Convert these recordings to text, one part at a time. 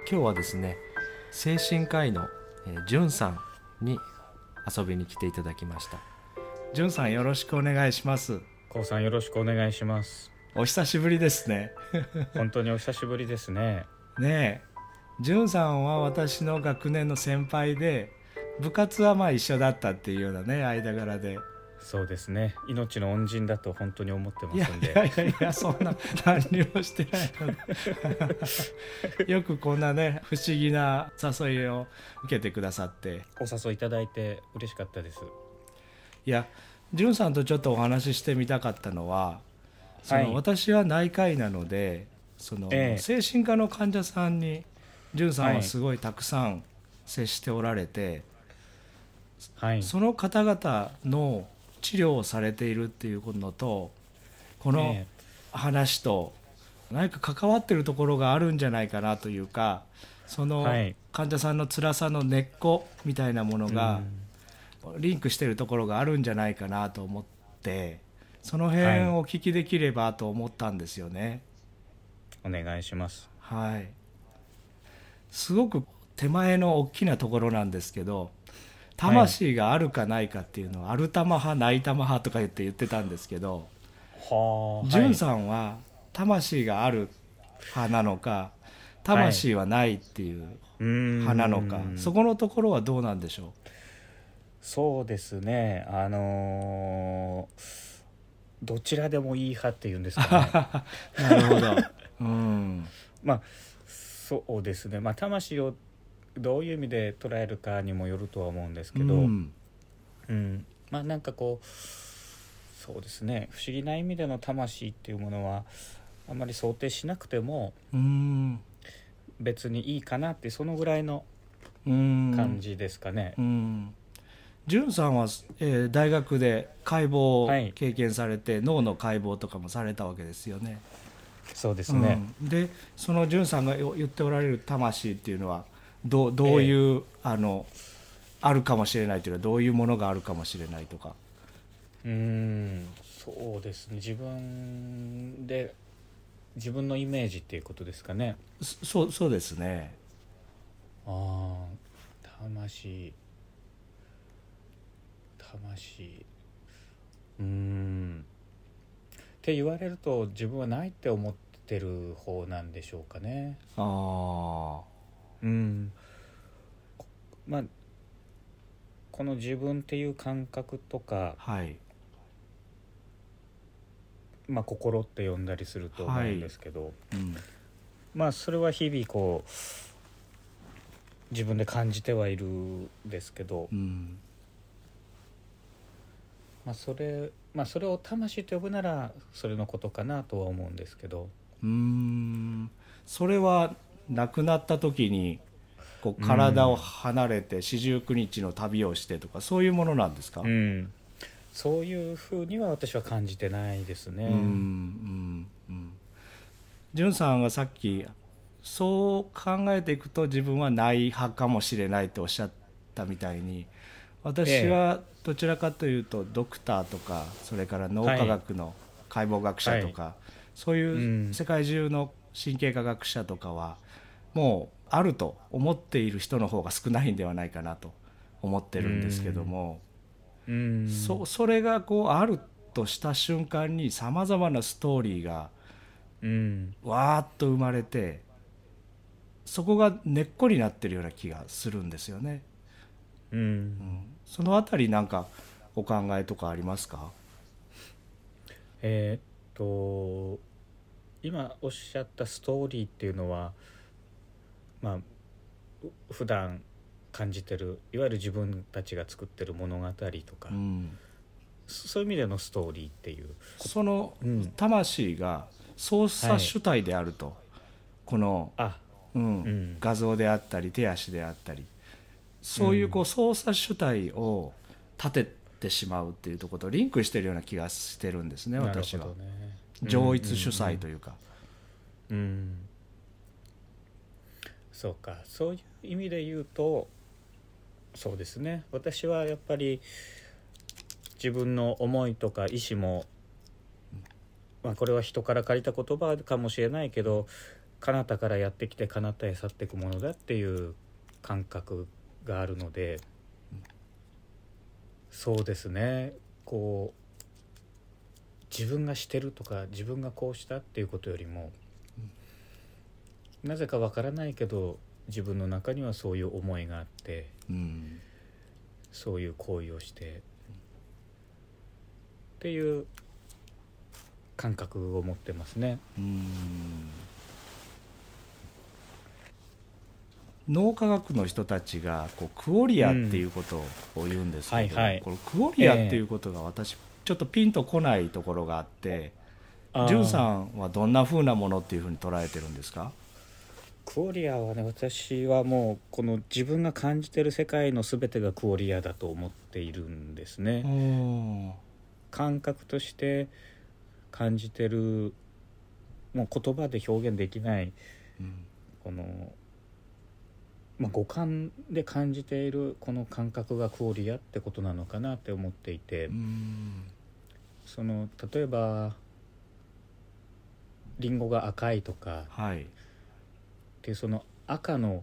今日はですね、精神科医のじゅんさんに遊びに来ていただきました。じゅんさん、よろしくお願いします。 こうさん、よろしくお願いします。 お久しぶりですね。 本当にお久しぶりですね。 ねえ、じゅんさんは私の学年の先輩で、部活はまあ一緒だったっていうようなね、間柄で。 そうですね、命の恩人だと本当に思ってまいやすんで。 いやいやいや、そんな何にもしてないので。よくこんなね、不思議な誘いを受けてくださって。 お誘いいただいて嬉しかったです。 いや、じゅんさんとちょっとお話ししてみたかったのは、 はい。 私は内科医なので、 え精神科の患者さんにじゅんさんははい。 すごいたくさん接しておられて、 はい。 その方々の治療をされているっていうのと、このえ話と何か関わってるところがあるんじゃないかなというか、そのはい。 患者さんの辛さの根っこみたいなものうがん。 リンクしてるところがあるんじゃないかなと思って、その辺はい。 をお聞きできればと思ったんですよね。 お願いします。 はい。すごく手前の大きなところなんですけど、 はい。 魂があるかないかっていうのはある玉派ない玉派とか言ってたんですけど、 はあ。はい。 じゅんさんは魂がある派なのか、 はい。 魂はないっていううー派なのか、そん。 このところはどうなんでしょそうですね。どちらでもいい派っていうんですかね。 う。なるほど。うん。 まあそうですね。まあ魂をどういう意味で捉えるかにもよるとは思うんですうけど、 ん。 まあなんかこう、そうですね、不思議な意味での魂っていうものはあまり想定しなくてもうん。 別にいいかなって、そのぐらいのうん。 感じですかね。 うん。じゅんさんは、大学で解剖をはい。 経験されて、脳の解剖とかもされたわけですよね。 そうですね。 うん、でそのじゅんさんが言っておられる魂っていうのはどうええいうあるかもしれないというのはどういうものがあるかもしれないとか。 そうですね、自分のイメージっていうことですかね。 そうですね。 ああ、魂うーんって言われると、自分はないって思ってる方なんでしょうかね。 あうんまあこの自分っていう感覚とか、 あ、はい。 心って呼んだりすると思うんではい。 すけど、 うん。 それは日々こう自分で感じてはいるんですけど、 うん。 それを魂と呼ぶならそれのことかなとは思うんですけど。 うーん。それは亡くなった時にこうう体をん離れて四十九日の旅をしてとか、そういうものなんですか？ うんそういうふうには私は感じてないですうん。うね。 ん。うん。じゅんさんがさっきそう考えていくと自分はない派かもしれないとおっしゃったみたいに、私ええはどちらかというとドクターとか、それから脳科はい学の解剖学者はいとか、そういううん世界中の神経科学者とかはもうあると思っている人の方が少ないんではないかなと思ってうるんですけどんも、 うんそれがこうあるとした瞬間にさまざまなストーリーがうんわーっと生まれて、そこが根っこになってるような気がするんですよね。 うんそのあたりなんかお考えとかありますか？ えーっと今おっしゃったストーリーっていうのは、まあ普段感じてる、いわゆる自分たちが作ってる物語とか、 うん、 そういう意味でのストーリーっていうこそのうん魂が操作はい主体であると、この、 あうん画像であったり手足であったり、そういううんこう操作主体を立ててしまうっていうところとリンクしてるような気がしてるんですね、私は。 なるほどね。 上一主催というか。 うんそうか、そういう意味で言うと、そうですね、私はやっぱり自分の思いとか意思も、これは人から借りた言葉かもしれないけど、 彼方からやってきて彼方へ去っていくものだっていう感覚があるので、そうですね、こう自分がしてるとか自分がこうしたっていうことよりも、なぜかわからないけど自分の中にはそういう思いがあって、そういう行為をしてっていう感覚を持ってますね。 脳科学の人たちがこうクオリアっていうことを言うんですけど、このクオリアっていうことが私ちょっとピンとこないところがあって、潤さんはどんな風なものっていうふうに捉えてるんですか？ クオリアはね、私はもうこの自分が感じてる世界の全てがクオリアだと思っているんですね。感覚として感じてる、もう言葉で表現できない、この、五感で感じているこの感覚がクオリアってことなのかなって思っていて、その例えばリンゴが赤いとか、っていうその赤の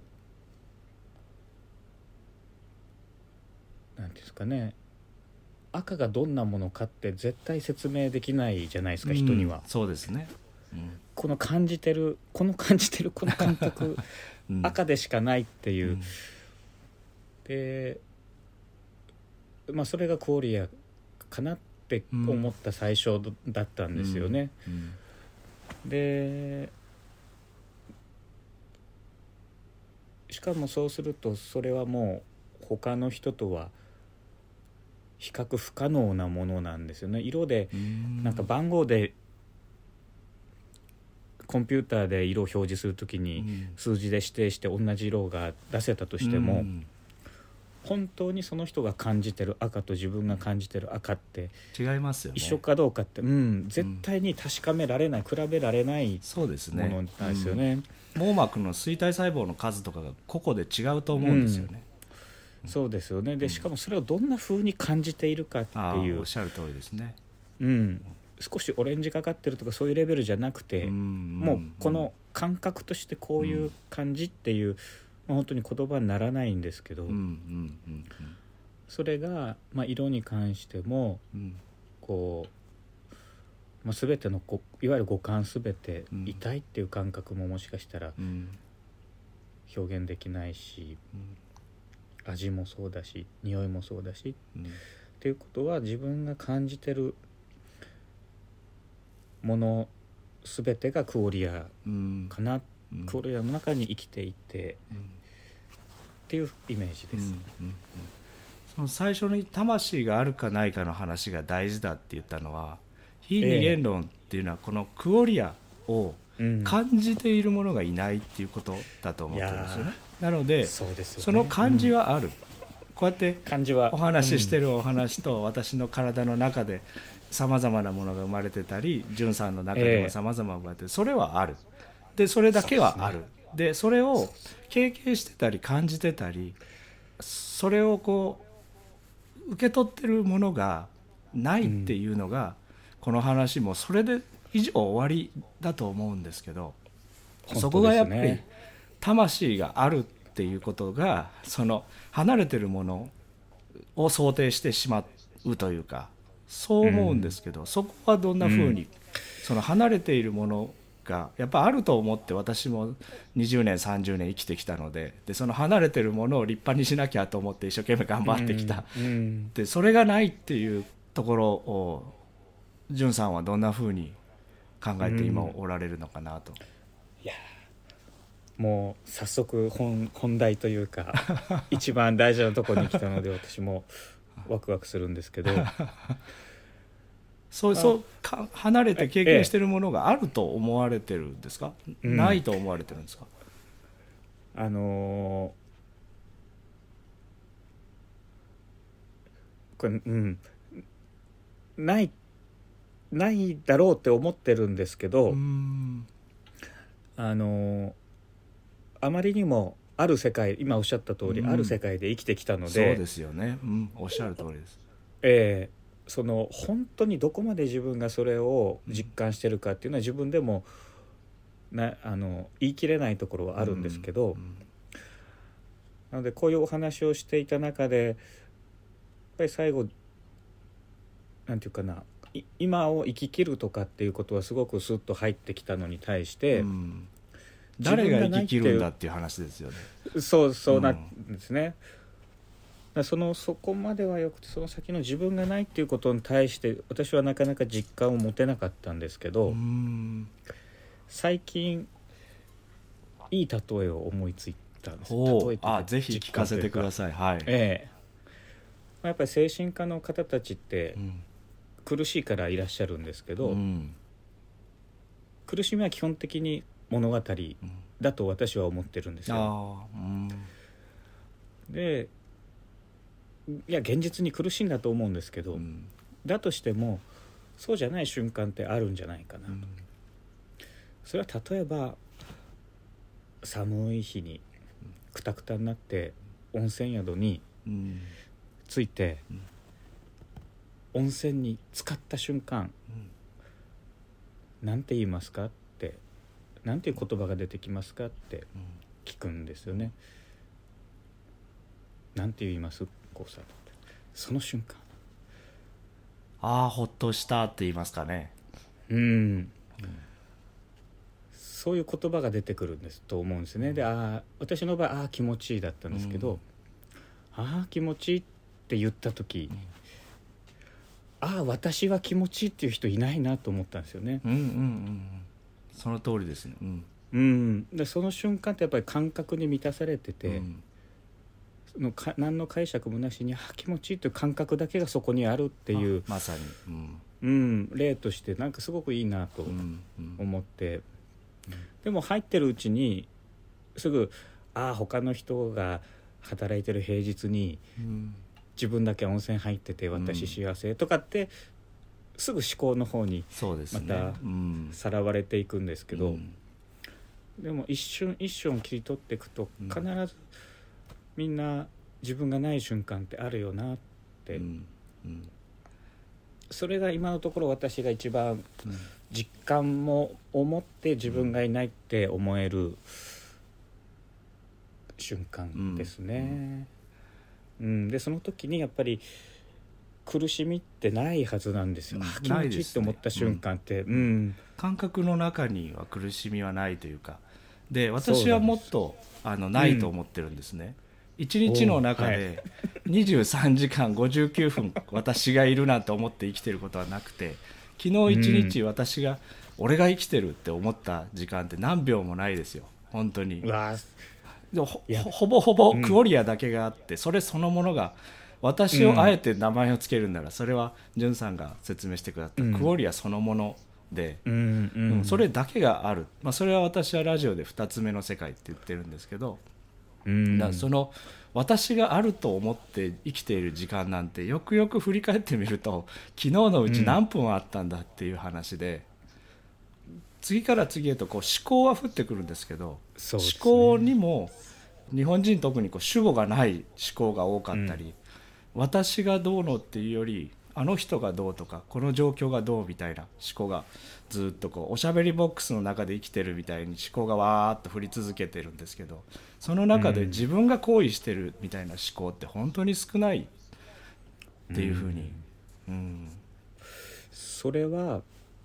なんていうんですかね、赤がどんなものかって絶対説明できないじゃないですか、人には。 そうですね、 この感じてるこの感覚赤でしかないっていう、でそれがクオリアかなって思った最初だったんですよね。でしかもそうするとそれはもう他の人とは比較不可能なものなんですよね。色でなんか番号でコンピューターで色を表示するときに数字で指定して同じ色が出せたとしても、本当にその人が感じてる赤と自分が感じてる赤って違いますよね。 一緒かどうかって、絶対に確かめられない、比べられないものなんですよね。 網膜の錐体細胞の数とかが個々で違うと思うんですよね。 そうですよね。でしかもそれをどんな風に感じているかっていう、 おっしゃる通りですね。 少しオレンジかかってるとかそういうレベルじゃなくて、もうこの感覚としてこういう感じっていう、本当に言葉にならないんですけど、それが、色に関しても、こう、全てのいわゆる五感全て、痛いっていう感覚ももしかしたら表現できないし、味もそうだし匂いもそうだし、っていうことは自分が感じてるもの全てがクオリアかな、クオリアの中に生きていて、っていうイメージです。 その最初に魂があるかないかの話が大事だって言ったのは、非二元論っていうのはこのクオリアを感じているものがいないっていうことだと思ってるんですよね。なので、その感じはある、こうやってお話ししてるお話と私の体の中でさまざまなものが生まれてたり、潤さんの中でもさまざま生まれてる、それはある。でそれだけはある。でそれを経験してたり感じてたり、それをこう受け取ってるものがないっていうのが、この話もそれで以上終わりだと思うんですけど、そこがやっぱり魂があるっていうことが、その離れてるものを想定してしまうというか、そう思うんですけど、そこはどんなふうに、その離れているものがやっぱあると思って、私も20年30年生きてきたので、その離れてるものを立派にしなきゃと思って一生懸命頑張ってきた、でそれがないっていうところを潤さんはどんなふうに考えて今おられるのかなと。 いやもう早速本題というか一番大事なところに来たので私もワクワクするんですけどそう離れて経験しているものがあると思われてるんですか、ないと思われてるんですか？ これないだろうって思ってるんですけど、あまりにもある世界、今おっしゃった通り、ある世界で生きてきたので、 そうですよね、おっしゃる通りです。その本当にどこまで自分がそれを実感してるかっていうのは自分でも言い切れないところはあるんですけど、なのでこういうお話をしていた中でやっぱり最後なんていうかな、今を生き切るとかっていうことはすごくスッと入ってきたのに対して、 誰が生き切るんだっていう話ですよね。 そうなんですね。そこまではよくて、その先の自分がないっていうことに対して私はなかなか実感を持てなかったんですけど、最近いい例えを思いついたんです。例えぜひ聞かせてください。はい。 やっぱり精神科の方たちって苦しいからいらっしゃるんですけど、苦しみは基本的に物語だと私は思ってるんですよ。で、いや現実に苦しいんだと思うんですけど、だとしてもそうじゃない瞬間ってあるんじゃないかなと。それは例えば寒い日にクタクタになって温泉宿に着いて、温泉に浸かった瞬間、なんて言いますかって、なんていう言葉が出てきますかって聞くんですよね。なんて言いますこうさんって。その瞬間ほっとしたって言いますかね。 そういう言葉が出てくるんですと思うんですね。で、私の場合気持ちいいだったんですけど、気持ちいいって言った時、私は気持ちいいっていう人いないなと思ったんですよね。 その通りですね。 でその瞬間ってやっぱり感覚に満たされてて、何の解釈もなしに気持ちいいという感覚だけがそこにあるっていう、 まさに、 例としてなんかすごくいいなと思って、でも入ってるうちにすぐ他の人が働いてる平日に、自分だけ温泉入ってて私幸せとかってすぐ思考の方にまたさらわれていくんですけど、でも一瞬一瞬切り取っていくと必ずみんな自分がない瞬間ってあるよなって、それが今のところ私が一番実感も思って自分がいないって思える瞬間ですね。でその時にやっぱり苦しみってないはずなんですよ。気持ちいいって思った瞬間って、 感覚の中には苦しみはないというか、で私はもっとないと思ってるんですね。1日の中で23時間59分私がいるなんて思って生きてることはなくて、昨日1日私が俺が生きてるって思った時間って何秒もないですよ本当に。ほぼほぼクオリアだけがあって、それそのものが私をあえて名前をつけるなら、それはジュンさんが説明してくださったクオリアそのもので、それだけがある、それは私はラジオで2つ目の世界って言ってるんですけど、だからその私があると思って生きている時間なんてよくよく振り返ってみると昨日のうち何分あったんだっていう話で、次から次へと思考は降ってくるんですけど、思考にも日本人特に主語がない思考が多かったり、私がどうのっていうよりあの人がどうとかこの状況がどうみたいな思考がずっとおしゃべりボックスの中で生きてるみたいに思考がわーっと降り続けてるんですけど、その中で自分が行為してるみたいな思考って本当に少ないっていうふうに、 それは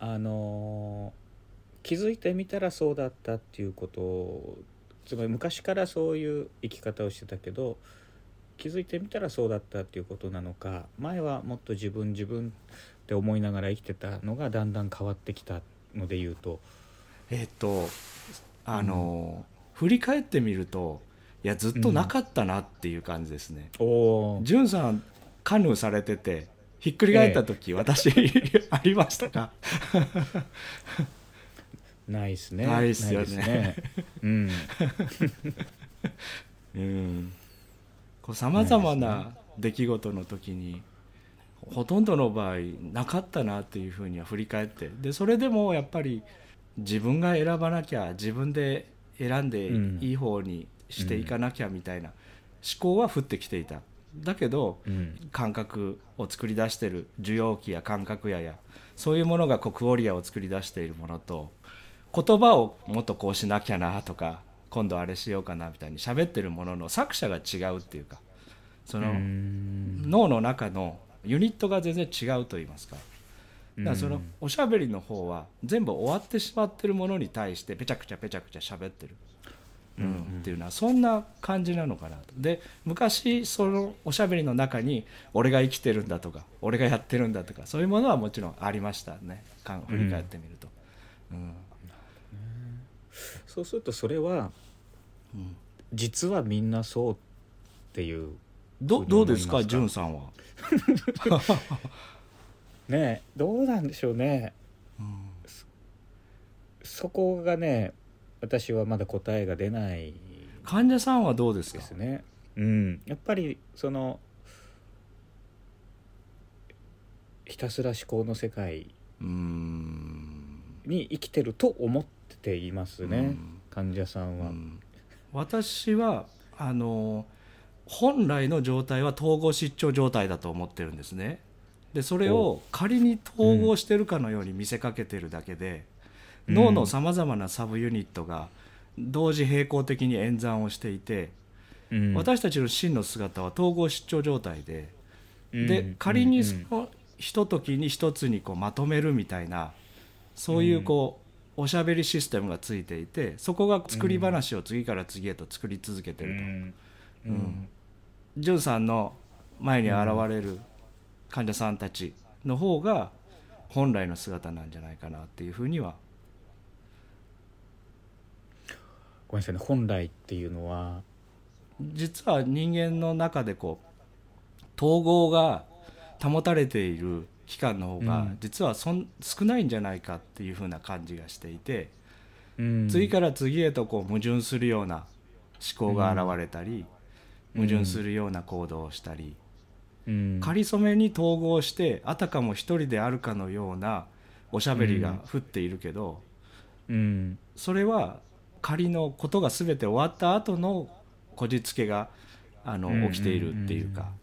気づいてみたらそうだったっていうことを、つまり昔からそういう生き方をしてたけど気づいてみたらそうだったっていうことなのか、前はもっと自分って思いながら生きてたのがだんだん変わってきたので言うと、 振り返ってみるといやずっとなかったなっていう感じですね。ジュンさんカヌーされててひっくり返った時、私ありましたか？ ないですね。 ないですよね。さまざまな出来事の時にほとんどの場合なかったなっていうふうには振り返って、でそれでもやっぱり自分が選ばなきゃ、自分で選んでいい方にしていかなきゃみたいな思考は降ってきていた。だけど、感覚を作り出している受容器や感覚やそういうものがクオリアを作り出しているものと、 言葉をもっとこうしなきゃなとか今度あれしようかなみたいに喋ってるものの作者が違うっていうか、その脳の中のユニットが全然違うと言いますか、だからそのおしゃべりの方は全部終わってしまってるものに対してペチャクチャペチャクチャ喋ってる、っていうのはそんな感じなのかなと。で昔そのおしゃべりの中に俺が生きてるんだとか俺がやってるんだとかそういうものはもちろんありましたね、振り返ってみると、 そうするとそれは、実はみんなそうっていうどうですか、ジュンさんは。 ねえ、どうなんでしょうね、そこがね私はまだ答えが出ない患者さんはどうですか。 ですね。やっぱりそのひたすら思考の世界に生きてると思っていますね、患者さんは。 私は本来の状態は統合失調状態だと思ってるんですね。でそれを仮に統合してるかのように見せかけてるだけで、脳のさまざまなサブユニットが同時並行的に演算をしていて、私たちの真の姿は統合失調状態で、仮にそのひとときに一つにこうまとめるみたいなそういうこうおしゃべりシステムがついていて、そこが作り話を次から次へと作り続けてると、ジュンさんの前に現れる患者さんたちの方が本来の姿なんじゃないかなっていうふうには。 ごめんなさいね、本来っていうのは実は人間の中でこう統合が保たれている期間の方が実は少ないんじゃないかっていうふうな感じがしていて、次から次へとこう矛盾するような思考が現れたり、矛盾するような行動をしたり、仮初めに統合してあたかも一人であるかのようなおしゃべりが降っているけど、それは仮のことが全て終わった後のこじつけが起きているっていうか、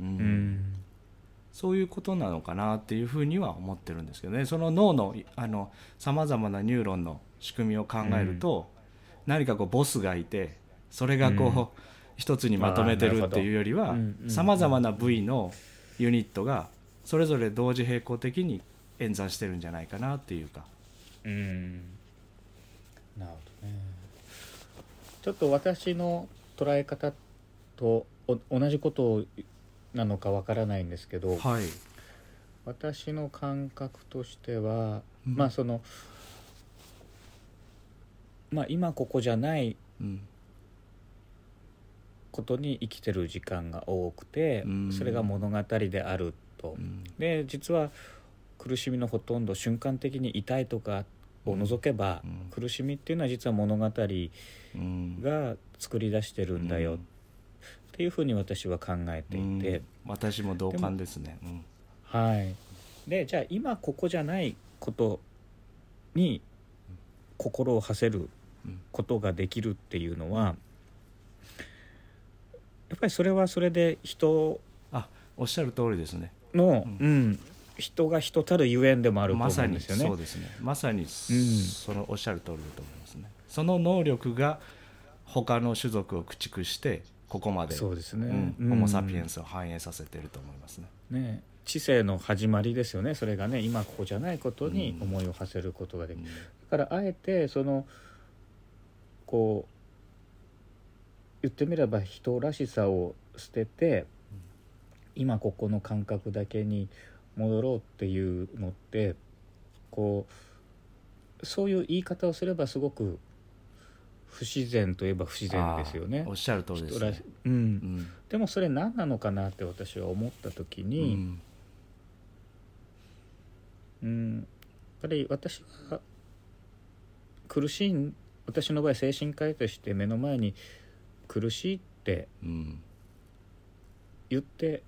そういうことなのかなっていうふうには思ってるんですけどね。その脳のさまざまなニューロンの仕組みを考えると、何かこうボスがいてそれがこう、一つにまとめてるっていうよりはさまざまな部位のユニットがそれぞれ同時並行的に演算してるんじゃないかなっていうか。 なるほどね。ちょっと私の捉え方と同じことなのかわからないんですけど、私の感覚としては、その今ここじゃないことに生きてる時間が多くて、それが物語であると、で実は苦しみのほとんど瞬間的に痛いとかを除けば、苦しみっていうのは実は物語が作り出してるんだよっていうふうに私は考えていて、 私も同感ですね。 でじゃあ今ここじゃないことに心を馳せることができるっていうのは、やっぱりそれはそれで人おっしゃる通りですねの、人が人たるゆえんでもあると思うんですよね。 そうですね、まさにそのおっしゃる通りだと思いますね。その能力が他の種族を駆逐してここまで、 そうですね、 ホモ・サピエンスを繁栄させていると思いますね。 知性の始まりですよね、それがね。今ここじゃないことに思いを馳せることができる、だからあえてそのこう言ってみれば人らしさを捨てて、今ここの感覚だけに戻ろうっていうのって、こうそういう言い方をすればすごく不自然といえば不自然ですよね。 おっしゃる通りですね。 でもそれ何なのかなって私は思った時に、やっぱり私は私の場合精神科医として目の前に苦しいって言って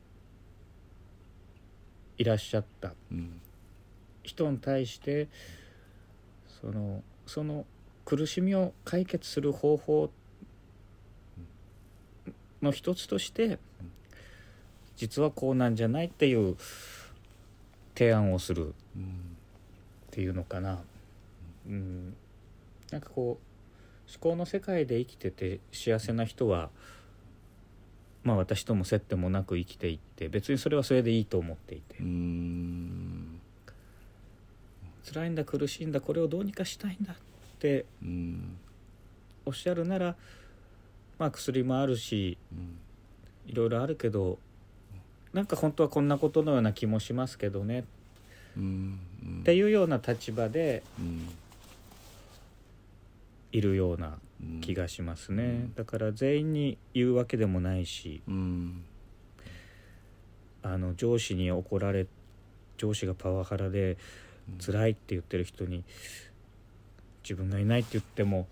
いらっしゃった人に対して、その苦しみを解決する方法の一つとして実はこうなんじゃないっていう提案をするっていうのかな。 なんかこう思考の世界で生きてて幸せな人は、まあ私とも接点もなく生きていって、別にそれはそれでいいと思っていて、辛いんだ苦しいんだこれをどうにかしたいんだっておっしゃるなら、まあ薬もあるし、いろいろあるけど、なんか本当はこんなことのような気もしますけどね、っていうような立場でいるような気がしますね。だから全員に言うわけでもないし、上司に怒られ、上司がパワハラで辛いって言ってる人に自分がいないって言っても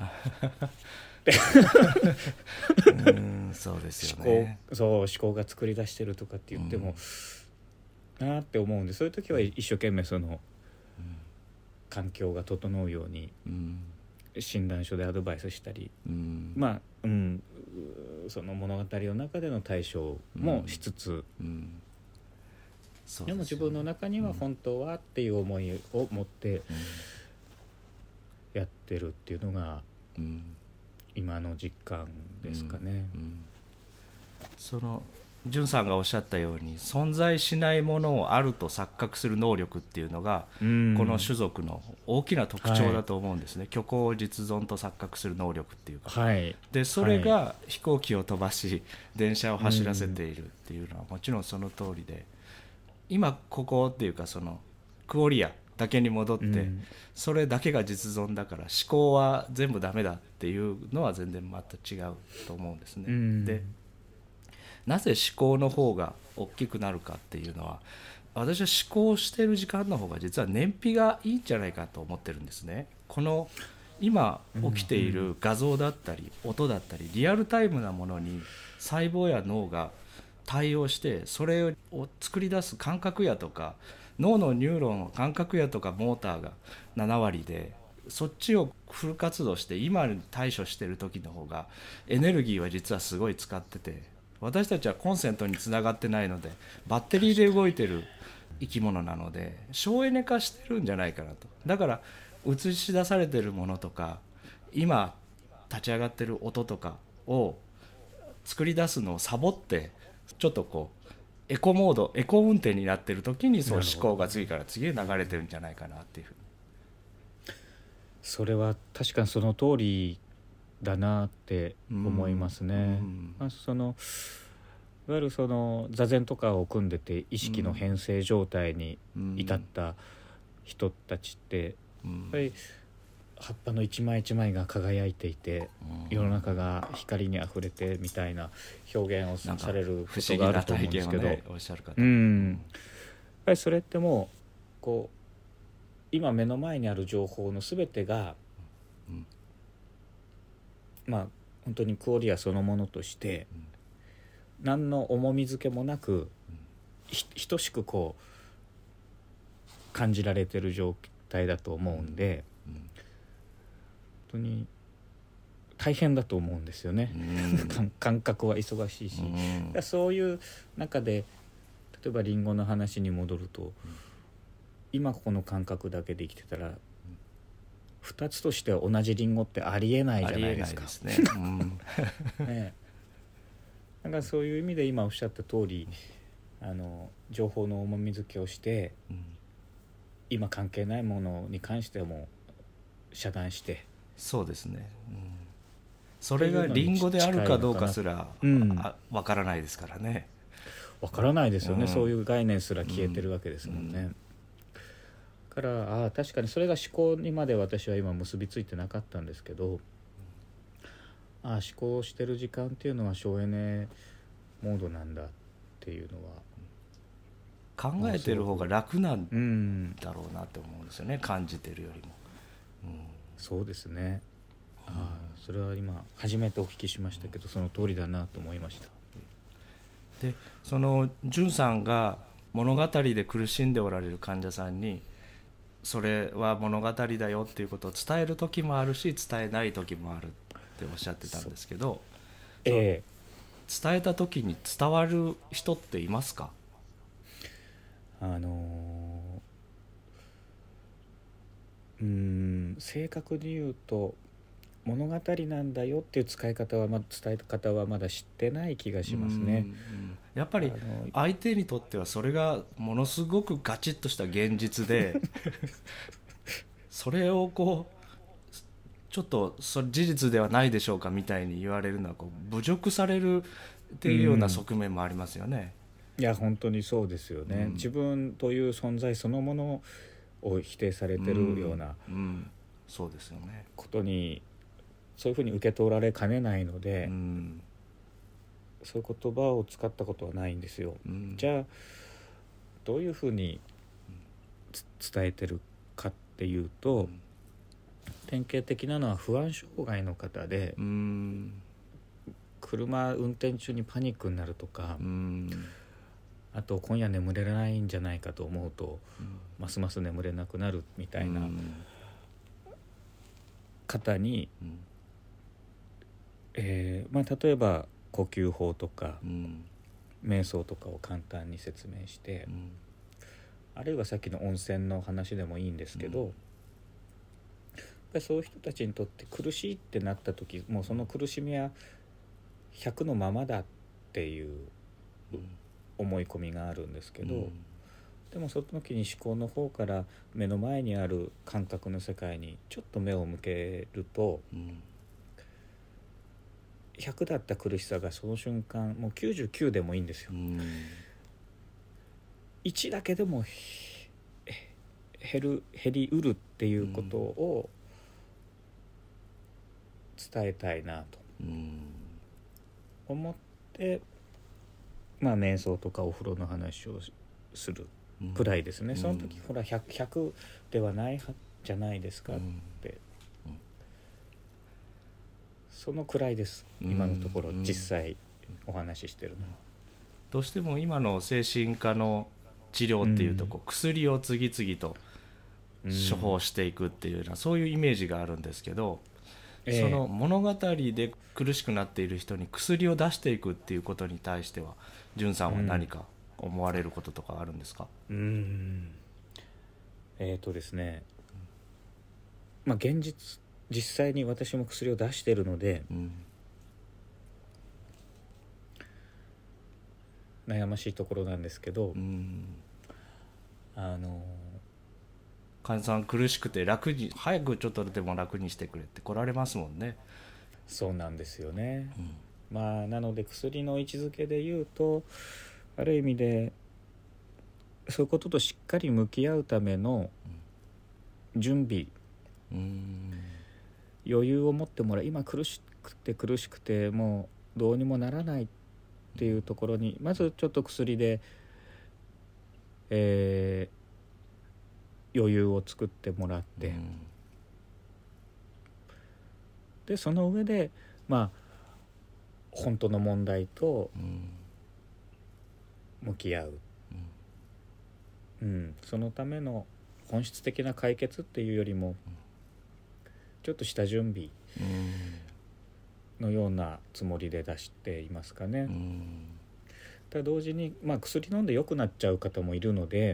そうですよね。 思考が作り出してるとかって言っても、なって思うんで、そういう時は一生懸命その環境が整うように診断書でアドバイスしたり、まあ、その物語の中での対処もしつつ、でも自分の中には本当はっていう思いを持ってやってるっていうのが今の実感ですかね。 その潤さんがおっしゃったように存在しないものをあると錯覚する能力っていうのがこの種族の大きな特徴だと思うんですね、虚構を実存と錯覚する能力っていうか、でそれが飛行機を飛ばし電車を走らせているっていうのはもちろんその通りで、今ここっていうかそのクオリアだけに戻って、それだけが実存だから思考は全部ダメだっていうのは全然また違うと思うんですね。でなぜ思考の方が大きくなるかっていうのは、私は思考してる時間の方が実は燃費がいいんじゃないかと思ってるんですね。この今起きている画像だったり音だったりリアルタイムなものに細胞や脳が対応して、それを作り出す感覚やとか脳のニューロンの感覚やとかモーターが7割で、そっちをフル活動して今に対処してる時の方がエネルギーは実はすごい使ってて、私たちはコンセントにつながってないのでバッテリーで動いてる生き物なので省エネ化してるんじゃないかなと。だから映し出されてるものとか今立ち上がってる音とかを作り出すのをサボって、ちょっとこうエコモードエコ運転になってる時にそう思考が次から次へ流れてるんじゃないかなっていうふうに。 それは確かにその通りだなって思いますね。そのいわゆるその座禅とかを組んでて意識の変性状態に至った人たちって、やっぱり葉っぱの一枚一枚が輝いていて、世の中が光にあふれてみたいな表現をされることがあると思うんですけど、 おっしゃる方、 やっぱりそれってもうこう今目の前にある情報の全てが、まあ本当にクオリアそのものとして、何の重み付けもなく、等しくこう感じられてる状態だと思うんで、本当に大変だと思うんですよね、感覚は忙しいし、そういう中で例えばリンゴの話に戻ると、今この感覚だけで生きてたら2つとして同じリンゴってありえないじゃないですか。ね、だからそういう意味で今おっしゃった通り、情報の重み付けをして、今関係ないものに関してはもう遮断して、 そうですね、それがリンゴであるかどうかすらわからないですからね。 わからないですよね、そういう概念すら消えてるわけですもんね。だから確かにそれが思考にまで私は今結びついてなかったんですけど、思考してる時間っていうのは省エネモードなんだっていうのは考えてる方が楽なんだろうなって思うんですよね、感じてるよりも。 そうですね、それは今初めてお聞きしましたけど、その通りだなと思いました。 でその潤さんが物語で苦しんでおられる患者さんにそれは物語だよっていうことを伝える時もあるし伝えない時もあるっておっしゃってたんですけど、伝えた時に伝わる人っていますか？ 正確に言うと物語なんだよっていう伝え方はまだ知ってない気がしますね。 やっぱり相手にとってはそれがものすごくガチッとした現実でそれをこうちょっとそれ事実ではないでしょうかみたいに言われるのはこう侮辱されるっていうような側面もありますよね。 いや本当にそうですよね、自分という存在そのものを否定されてるようなそうですよね。 ことにそういうふうに受け取られかねないので、そういう言葉を使ったことはないんですよ。じゃあどういうふうに伝えてるかっていうと、典型的なのは不安障害の方で、車運転中にパニックになるとか、あと今夜眠れないんじゃないかと思うと、ますます眠れなくなるみたいな方に、例えば呼吸法とか、瞑想とかを簡単に説明して、あるいはさっきの温泉の話でもいいんですけど、やっぱりそういう人たちにとって苦しいってなった時、もうその苦しみは100のままだっていう思い込みがあるんですけど、でもその時に思考の方から目の前にある感覚の世界にちょっと目を向けると、100だった苦しさがその瞬間もう99でもいいんですよ。1だけでも減りうるっていうことを伝えたいなと思って、瞑想とかお風呂の話をするくらいですね。その時ほら 100ではないじゃないですかって、そのくらいです。今のところ実際お話ししてるのは。 どうしても今の精神科の治療っていうとこう薬を次々と処方していくっていうようなそういうイメージがあるんですけど、その物語で苦しくなっている人に薬を出していくっていうことに対しては淳さんは何か思われることとかあるんですか？ ですね、実際に私も薬を出しているので、悩ましいところなんですけど、 患者さん苦しくて楽に早くちょっとでも楽にしてくれって来られますもんね。 そうなんですよね。なので薬の位置づけで言うとある意味でそういうこととしっかり向き合うための準備、余裕を持ってもらう。今苦しくてもうどうにもならないっていうところにまずちょっと薬で、余裕を作ってもらって、でその上で本当の問題と向き合う、そのための本質的な解決っていうよりもちょっとした準備のようなつもりで出していますかね。ただ同時に、薬飲んで良くなっちゃう方もいるので、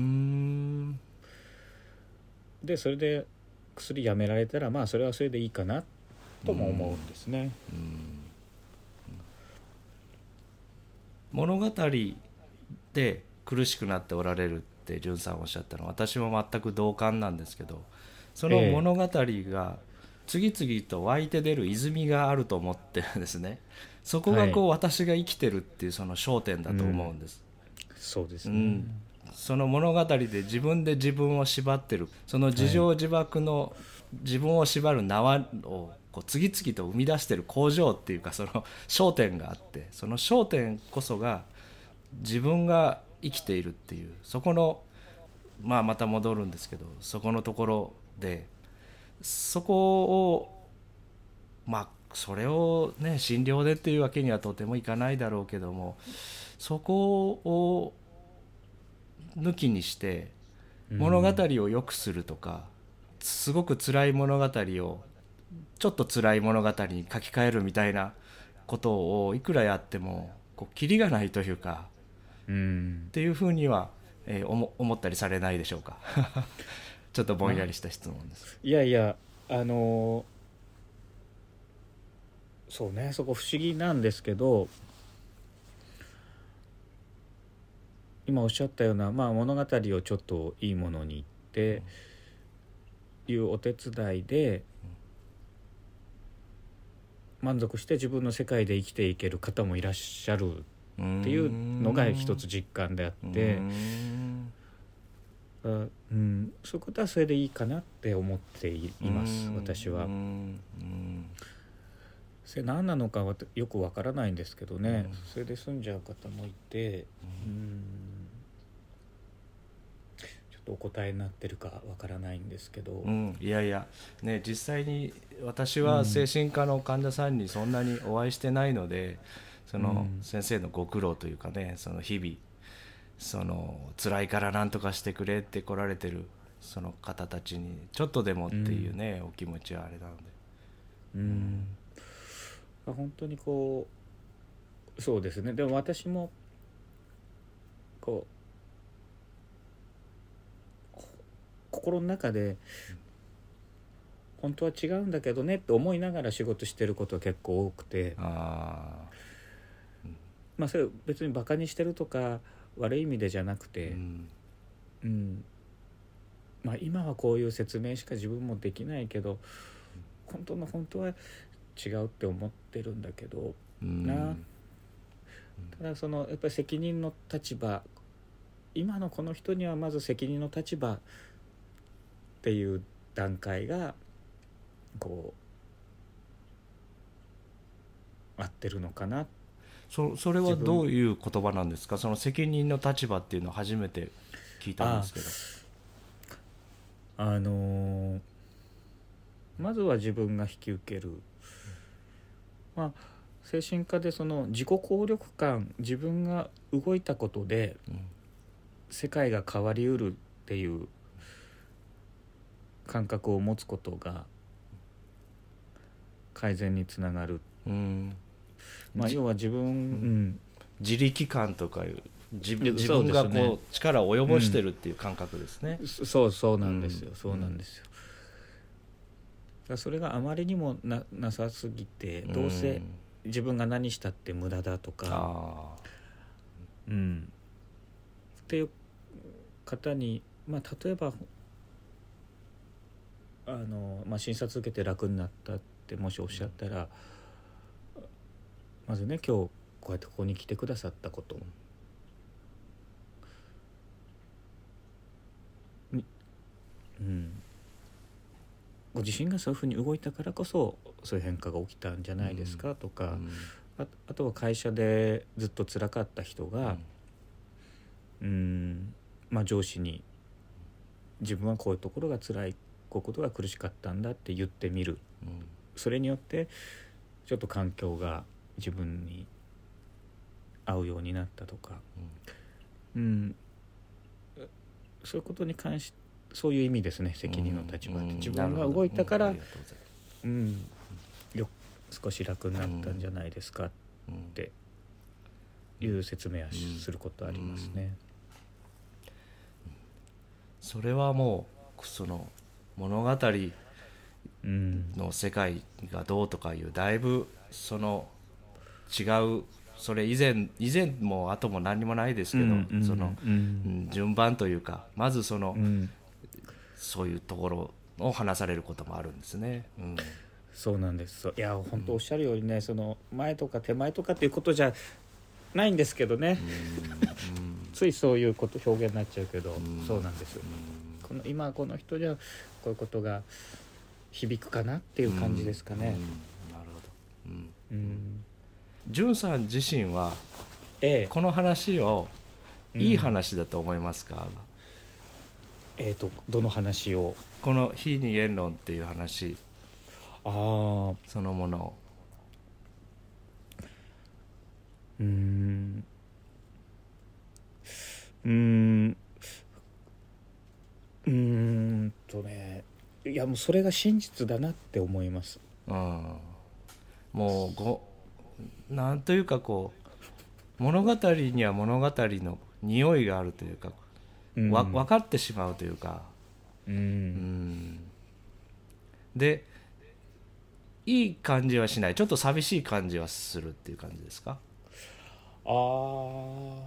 でそれで薬やめられたらそれはそれでいいかなとも思うんですね。 物語で苦しくなっておられるって淳さんおっしゃったのは私も全く同感なんですけど、その物語が次々と湧いて出る泉があると思ってるんですね。そこが私が生きてるっていうその焦点だと思うんです。 そうですね、 その物語で自分で自分を縛ってるその自縄自縛の自分を縛る縄をこう次々と生み出してる工場っていうかその焦点があって、その焦点こそが自分が生きているっていうそこのまた戻るんですけどそこのところでそこをそれをね診療でっていうわけにはとてもいかないだろうけども、そこを抜きにして物語を良くするとか、すごく辛い物語をちょっと辛い物語に書き換えるみたいなことをいくらやってもこうキリがないというか、っていうふうには、思ったりされないでしょうか？ ちょっとぼんやりした質問です。 いやいや、そうね、そこ不思議なんですけど、今おっしゃったような、物語をちょっといいものにっていうお手伝いで満足して自分の世界で生きていける方もいらっしゃるっていうのが一つ実感であって、そういうことはそれでいいかなって思っています私は。それ何なのかはよくわからないんですけどね、それで済んじゃう方もいて、ちょっとお答えになってるかわからないんですけど、 いやいやね、実際に私は精神科の患者さんにそんなにお会いしてないので、その先生のご苦労というかね、その日々その辛いから何とかしてくれって来られてるその方たちにちょっとでもっていうね、お気持ちはあれなので、 本当にこうそうですね。でも私もこう心の中で本当は違うんだけどねって思いながら仕事してることは結構多くて、それ別にバカにしてるとか悪い意味でじゃなくて、今はこういう説明しか自分もできないけど、本当は違うって思ってるんだけどな。ただそのやっぱり責任の立場、今のこの人にはまず責任の立場っていう段階がこう合ってるのかな。 それはどういう言葉なんですか？その責任の立場っていうのを初めて聞いたんですけど。 まずは自分が引き受ける、精神科でその自己効力感、自分が動いたことで世界が変わりうるっていう感覚を持つことが改善につながる、要は自分、 自力感とかいう自分がこう力を及ぼしてるっていう感覚ですね。 そうなんですよ、そうなんですよ。それがあまりにも なさすぎて、どうせ自分が何したって無駄だとか、っていう方に、例えば診察受けて楽になったってもしおっしゃったら、まずね、今日こうやってここに来てくださったことご自身がそういうふうに動いたからこそそういう変化が起きたんじゃないですかとか、あとは会社でずっと辛かった人が、上司に自分はこういうところが辛い、こういうことが苦しかったんだって言ってみる、それによってちょっと環境が自分に合うようになったとか、そういうことに関して、そういう意味ですね、責任の立場って。自分が動いたから、少し楽になったんじゃないですかっていう説明はすることありますね。 それはもうその物語の世界がどうとかいうだいぶその違う、それ以前も後も何もないですけど、その順番というか、まずそのそういうところを話されることもあるんですね。 そうなんです。いや本当おっしゃるようにね、その前とか手前とかっていうことじゃないんですけどね、ついそういうこと表現になっちゃうけど、そうなんです。今この人じゃこういうことが響くかなっていう感じですかね。 なるほど。淳さん自身はこの話をいい話だと思いますか？ どの話を？ この非二元論っていう話そのものを。 いやもうそれが真実だなって思います。 もうなんというかこう物語には物語の匂いがあるというか、分かってしまうというか、 でいい感じはしない、ちょっと寂しい感じはするっていう感じですか？ ああ、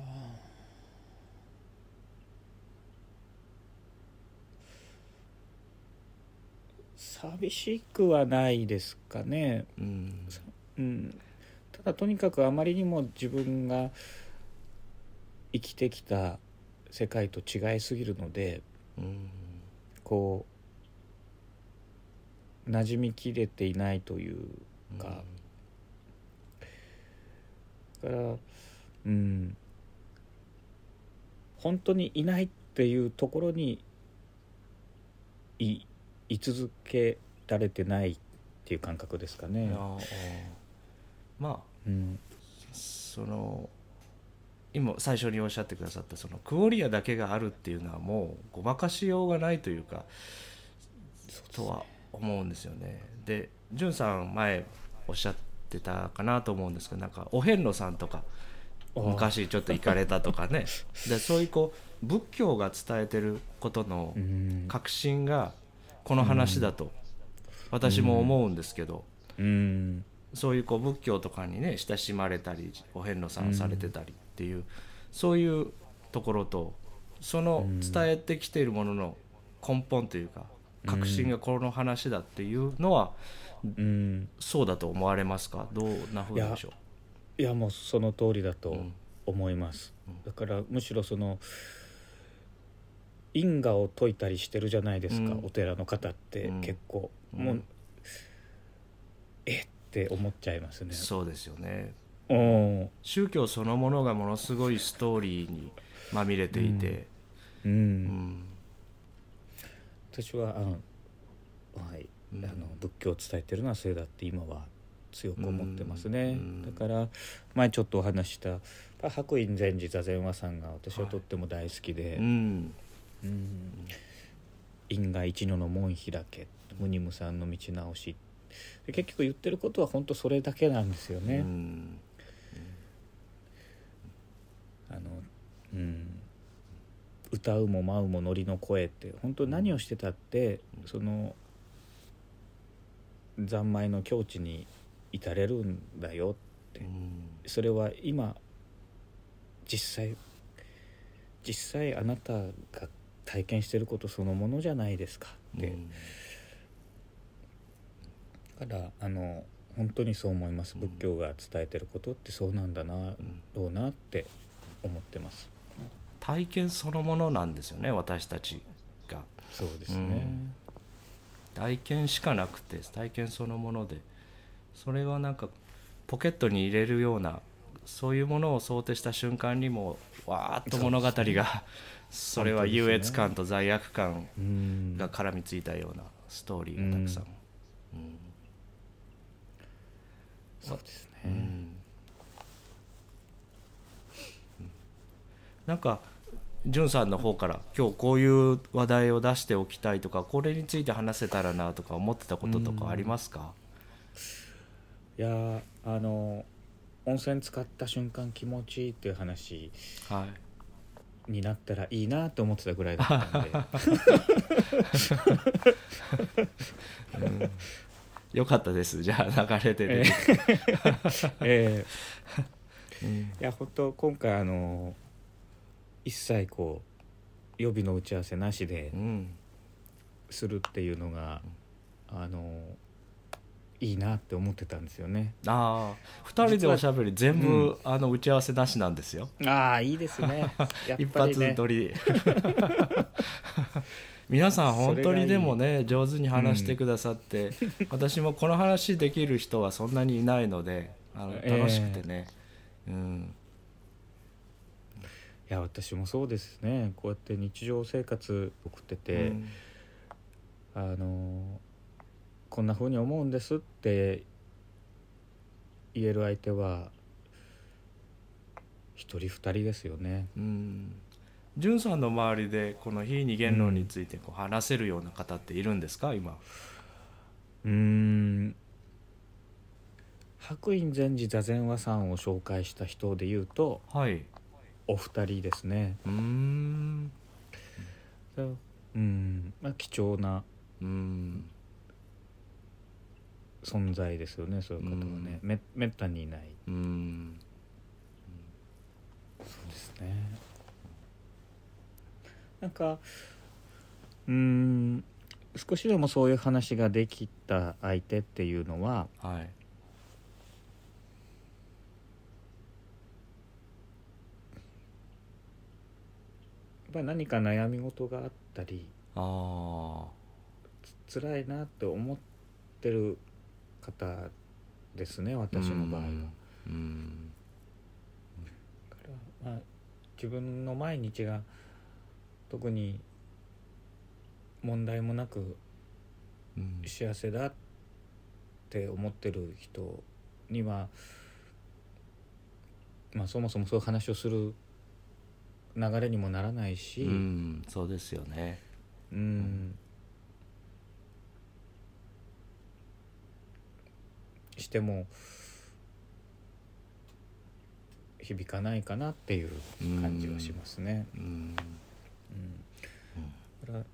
寂しくはないですかね。うん、ただとにかくあまりにも自分が生きてきた世界と違いすぎるので、こう馴染みきれていないというか、だから本当にいないっていうところに居続けられてないっていう感覚ですかね。 まあ、その今最初におっしゃってくださったそのクオリアだけがあるっていうのはもうごまかしようがないというかとは思うんですよね。でじゅんさん前おっしゃってたかなと思うんですけど、なんかお遍路さんとか昔ちょっと行かれたとかねでそういう仏教が伝えてることの核心がこの話だと私も思うんですけど、そういう仏教とかにね親しまれたりお遍路さんされてたりっていう、そういうところとその伝えてきているものの根本というか核心がこの話だっていうのは、そうだと思われますか？どんなふうでしょう？ いやもうその通りだと思います、だからむしろその因果を解いたりしてるじゃないですか、お寺の方って結構、もうって思っちゃいますね。 そうですよね。宗教そのものがものすごいストーリーにまみれていて、 私は仏教を伝えてるのはそれだって今は強く思ってますね。だから前ちょっとお話した白隠禅師座禅和さんが私はとっても大好きで、因果一如の門開け無に無参の道直しで、結局言ってることは本当それだけなんですよね。歌うも舞うもノリの声って本当何をしてたってその三昧の境地に至れるんだよって、それは今実際あなたが体験してることそのものじゃないですかって、だから本当にそう思います。仏教が伝えてることってそうなんだな、ろうなって思ってます。 体験そのものなんですよね、私たちが。 そうですね、 体験しかなくて体験そのもので、それはなんかポケットに入れるようなそういうものを想定した瞬間にもわーっと物語がそれは優越感と罪悪感が絡みついたようなストーリーがたくさん、 そうですね、 なんかじゅんさんの方から今日こういう話題を出しておきたいとかこれについて話せたらなとか思ってたこととかありますか？ いや温泉使った瞬間気持ちいいっていう話になったらいいなと思ってたぐらいだったんで、 よかったです。じゃあ流れてて、 いや本当今回一切予備の打ち合わせなしでするっていうのが、いいなって思ってたんですよね。 2人でおしゃべり全部、打ち合わせなしなんですよ。 いいですね。やっぱりね、 一発撮り皆さん本当にでもね上手に話してくださって、私もこの話できる人はそんなにいないので楽しくてね、 いや私もそうですね。こうやって日常生活送ってて、こんな風に思うんですって言える相手は一人二人ですよね。 じゅんさんの周りでこの非二元論について話せるような方っているんですか今？ 白隠禅師座禅和さんを紹介した人でいうと、お二人ですね。 まあ、貴重なうん存在ですよね、そういう方はね、めったにいない。 うんそうですね。なんか少しでもそういう話ができた相手っていうのは、 はい。 やっぱり何か悩み事があったりああ辛いなって思ってる方ですね、私の場合は。 うんだから、まあ、自分の毎日が特に問題もなくうん幸せだって思ってる人には、まあ、そもそもそういう話をする流れにもならないし、 そうですよね。 しても響かないかなっていう感じはしますね。だから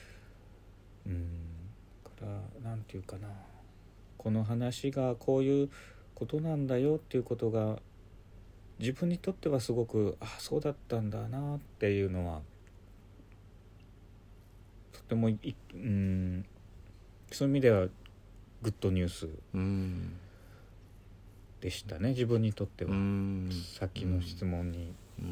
なんていうかな、この話がこういうことなんだよっていうことが自分にとってはすごくそうだったんだなっていうのはとてもそういう意味ではグッドニュースでしたね、自分にとっては。さっきの質問に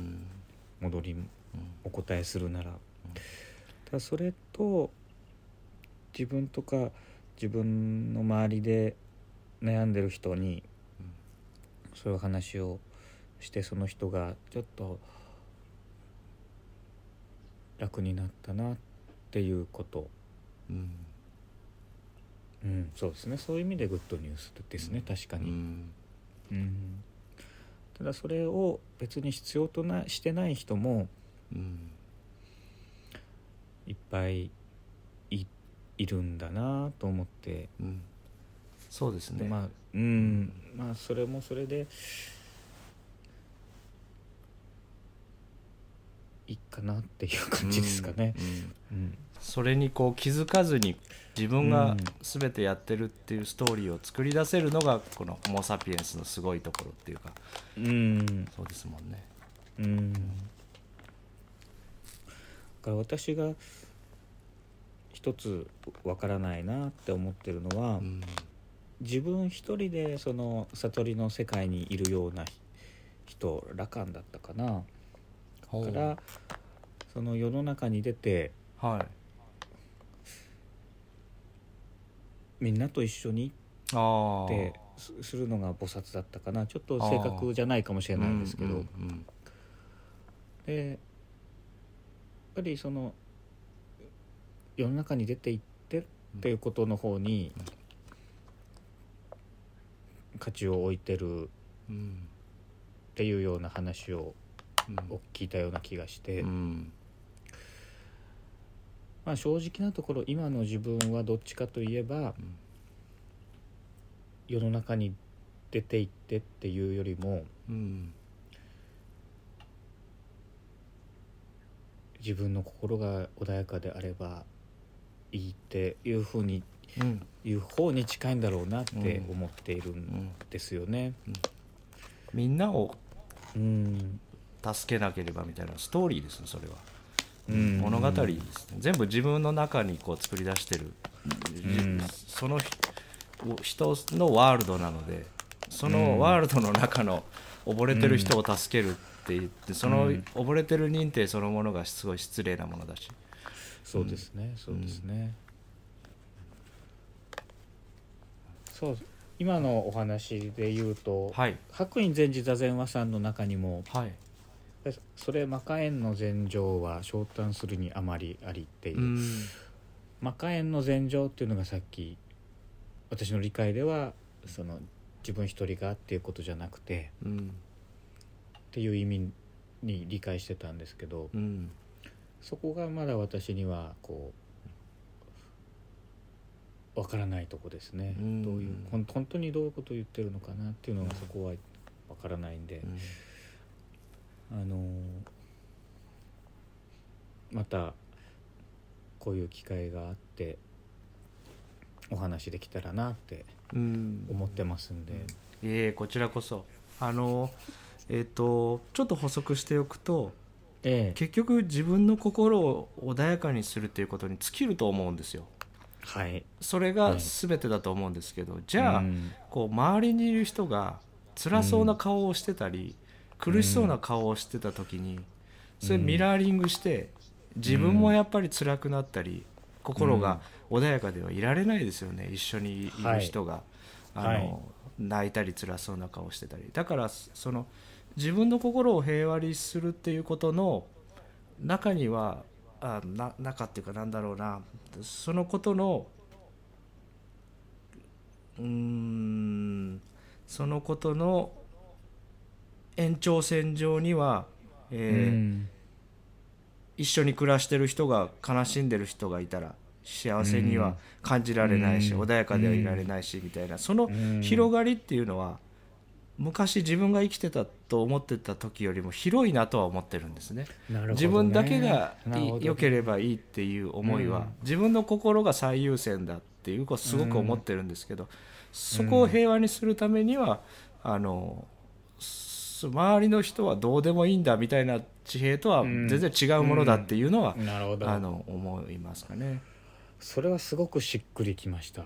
お答えするなら、ただそれと自分とか自分の周りで悩んでる人にそういう話をして、その人がちょっと楽になったなっていうこと、そうですね、そういう意味でグッドニュースですね、確かに。ただそれを別に必要としてない人もいっぱいいるんだなと思って、 そうですね。 まあそれもそれでいいかなっていう感じですかね。 それにこう気づかずに自分が全てやってるっていうストーリーを作り出せるのがこのホモ・サピエンスのすごいところっていうか、そうですもんね。 だから私が一つわからないなって思ってるのは、自分一人でその悟りの世界にいるような人、ラカンだったかな、からその世の中に出て、みんなと一緒にってするのが菩薩だったかな。ちょっと正確じゃないかもしれないですけど、でやっぱりその世の中に出ていってっていうことの方に価値を置いてるっていうような話を聞いたような気がして、まあ正直なところ今の自分はどっちかといえば、世の中に出ていってっていうよりも、自分の心が穏やかであればいいっていうふうに、いう方に近いんだろうなって思っているんですよね。 みんなを助けなければみたいなストーリーですね、それは。物語ですね。全部自分の中にこう作り出してる、その人のワールドなので、そのワールドの中の溺れてる人を助けるって言って、その溺れてる認定そのものがすごい失礼なものだし。 そうですね、そうですね。そう今のお話で言うと、白隠禅師座禅和さんの中にも、それ魔化縁の禅定は昇誕するにあまりありっていう、魔化縁の禅定っていうのがさっき私の理解ではその自分一人がっていうことじゃなくて、っていう意味に理解してたんですけど、そこがまだ私にはこうわからないとこですね。どういう本当にどういうことを言ってるのかなっていうのがそこはわからないんで、またこういう機会があってお話できたらなって思ってますんで、 こちらこそちょっと補足しておくと、結局自分の心を穏やかにするっていうことに尽きると思うんですよ。 はい、 それが全てだと思うんですけど、じゃあ、こう周りにいる人が辛そうな顔をしてたり、苦しそうな顔をしてた時に、それミラーリングして自分もやっぱり辛くなったり、心が穏やかではいられないですよね。一緒にいる人が、泣いたり辛そうな顔してたり。だからその自分の心を平和にするっていうことの中には中っていうかなんだろうな、そのことのそのことの延長線上には、一緒に暮らしてる人が悲しんでる人がいたら幸せには感じられないし、穏やかではいられないしみたいな、その広がりっていうのは昔自分が生きてたと思ってた時よりも広いなとは思ってるんですね。自分だけが良ければいいっていう思いは、自分の心が最優先だっていうことをすごく思ってるんですけど、そこを平和にするためには周りの人はどうでもいいんだみたいな地平とは全然違うものだっていうのは、思いますかね。 それはすごくしっくりきました、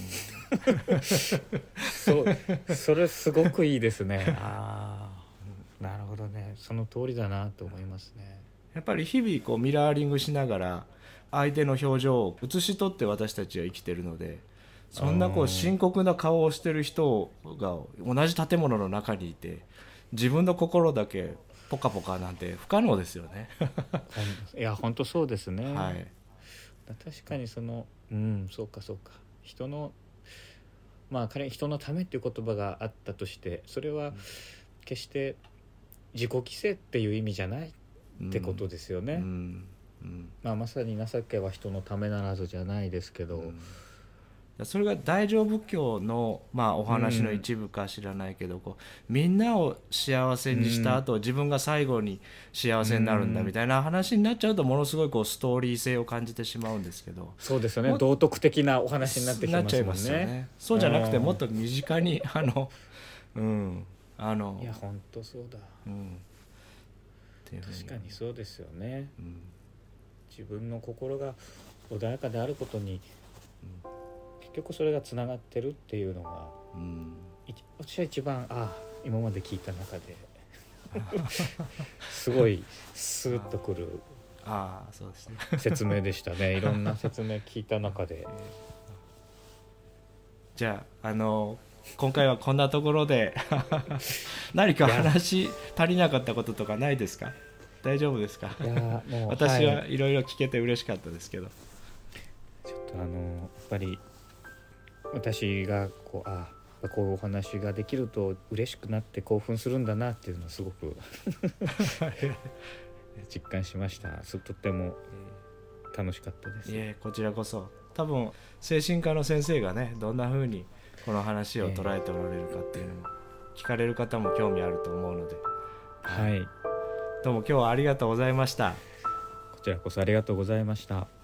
それすごくいいですね。なるほどね、その通りだなと思いますね。 やっぱり日々こうミラーリングしながら相手の表情を映し取って私たちは生きてるので、そんなこう深刻な顔をしてる人が同じ建物の中にいて自分の心だけポカポカなんて不可能ですよね。 いや本当そうですね、 はい、 確かにそうか人の仮に人のためっていう言葉があったとして、それは決して自己犠牲っていう意味じゃないってことですよね。まさに情けは人のためならずじゃないですけど、 それが大乗仏教の、お話の一部か知らないけど、こうみんなを幸せにした後、自分が最後に幸せになるんだみたいな話になっちゃうと、ものすごいこうストーリー性を感じてしまうんですけど、 そうですよね、道徳的なお話になってきますもんね。 そうじゃなくてもっと身近にいや本当そうだ、確かにそうですよね、自分の心が穏やかであることに、結局それがつながってるっていうのが、私は一番今まで聞いた中ですごいスーッとくるそうですね、 説明でしたね。いろんな説明聞いた中でじゃあ今回はこんなところで何か話足りなかったこととかないですか？大丈夫ですか？もう私はいろいろ聞けて嬉しかったですけど、 ちょっとやっぱり私がこういうお話ができると嬉しくなって興奮するんだなっていうのをすごく実感しました。とっても楽しかったです。 こちらこそ。多分精神科の先生がね、どんな風にこの話を捉えておられるかっていうのも聞かれる方も興味あると思うので、 はい、 どうも今日はありがとうございました。 こちらこそありがとうございました。